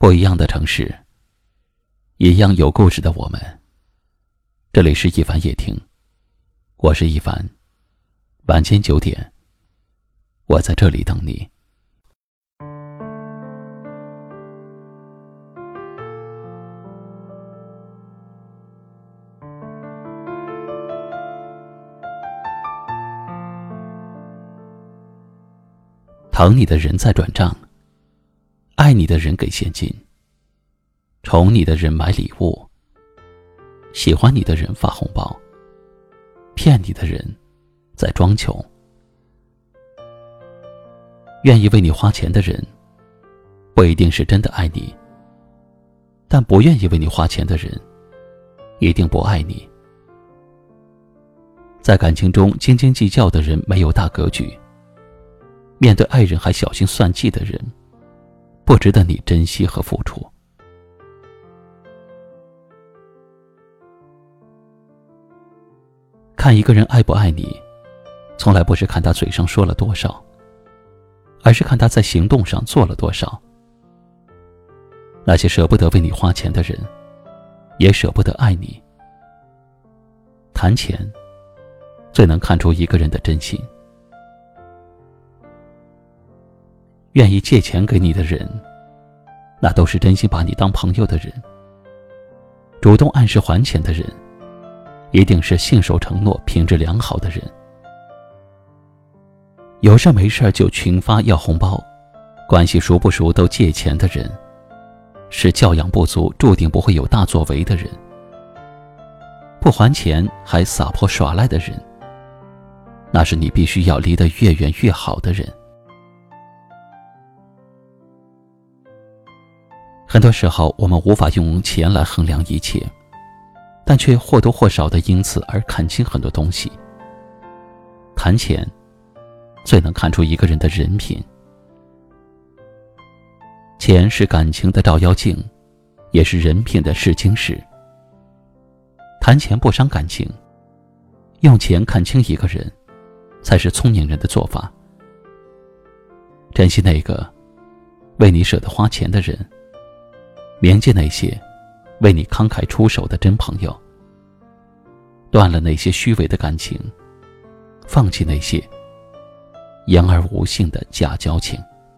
不一样的城市，一样有故事的我们。这里是一凡夜听，我是一凡。晚间9点，我在这里等你。疼你的人在转账，爱你的人给现金，宠你的人买礼物，喜欢你的人发红包，骗你的人在装穷。愿意为你花钱的人不一定是真的爱你，但不愿意为你花钱的人一定不爱你。在感情中斤斤计较的人没有大格局，面对爱人还小心算计的人不值得你珍惜和付出。看一个人爱不爱你，从来不是看他嘴上说了多少，而是看他在行动上做了多少。那些舍不得为你花钱的人，也舍不得爱你。谈钱最能看出一个人的真心。愿意借钱给你的人，那都是真心把你当朋友的人。主动按时还钱的人，一定是信守承诺、品质良好的人。有事没事就群发要红包，关系熟不熟都借钱的人，是教养不足、注定不会有大作为的人。不还钱还撒泼耍赖的人，那是你必须要离得越远越好的人。很多时候我们无法用钱来衡量一切，但却或多或少的因此而看清很多东西。谈钱最能看出一个人的人品。钱是感情的照妖镜，也是人品的试金石。谈钱不伤感情，用钱看清一个人才是聪明人的做法。珍惜那个为你舍得花钱的人，铭记那些为你慷慨出手的真朋友，断了那些虚伪的感情，放弃那些言而无信的假交情。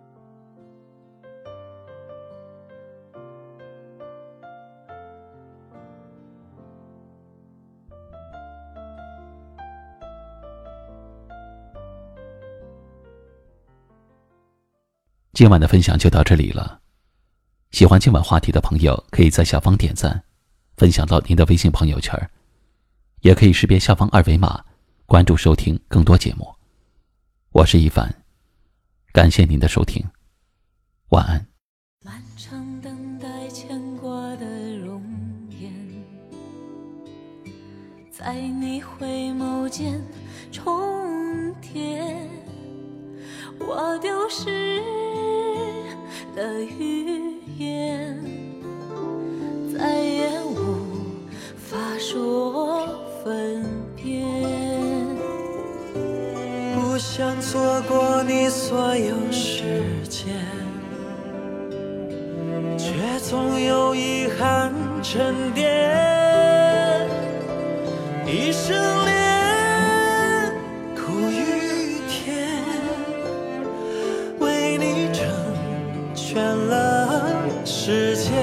今晚的分享就到这里了。喜欢今晚话题的朋友，可以在下方点赞，分享到您的微信朋友圈，也可以识别下方2维码，关注收听更多节目。我是一凡，感谢您的收听，晚安。 漫长等待牵挂的容颜，在你回眸间重叠，我丢失了语言，再也无法说分别。 不想错过你所有时间，却总有遗憾沉淀。一生恋，苦与甜，为你成全了世界。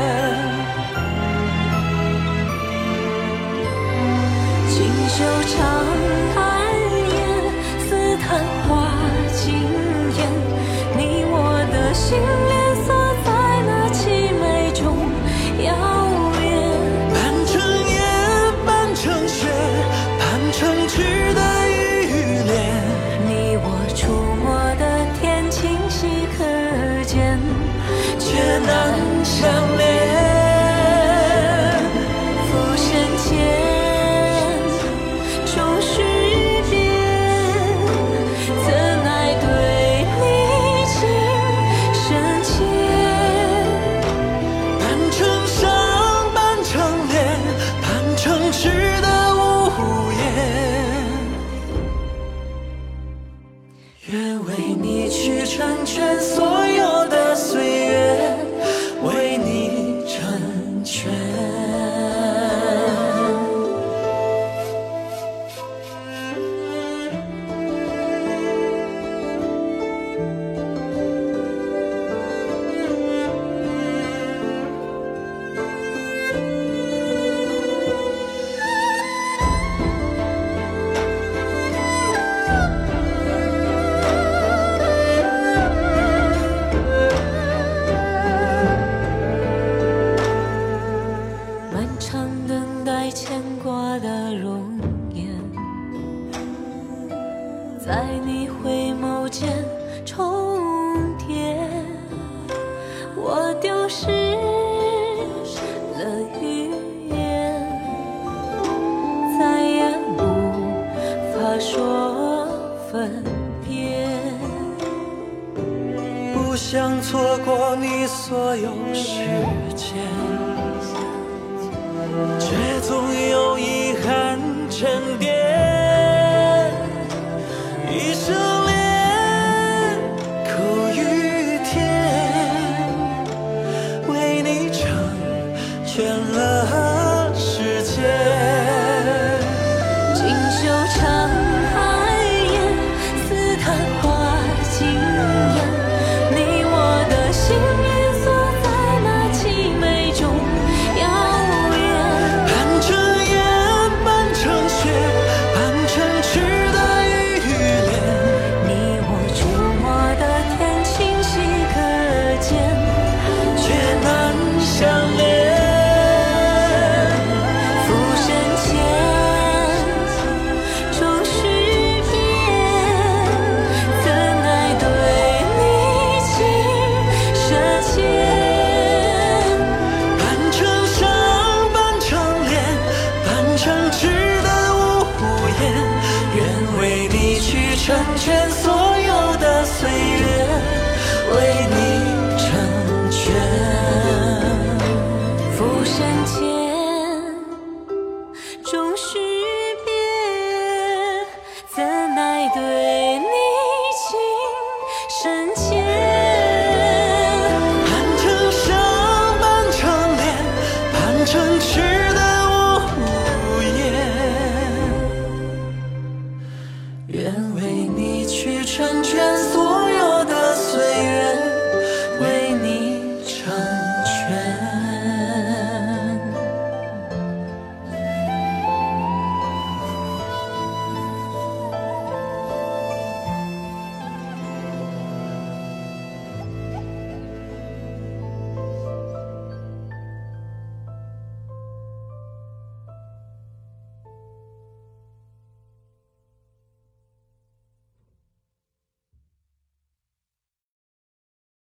锦绣长安夜，似昙花惊艳，你我的心连锁在那凄美中遥远。 半成烟，半成雪， 失了语言，再也无法说分别。 不想错过你所有时间，却总有遗憾沉淀。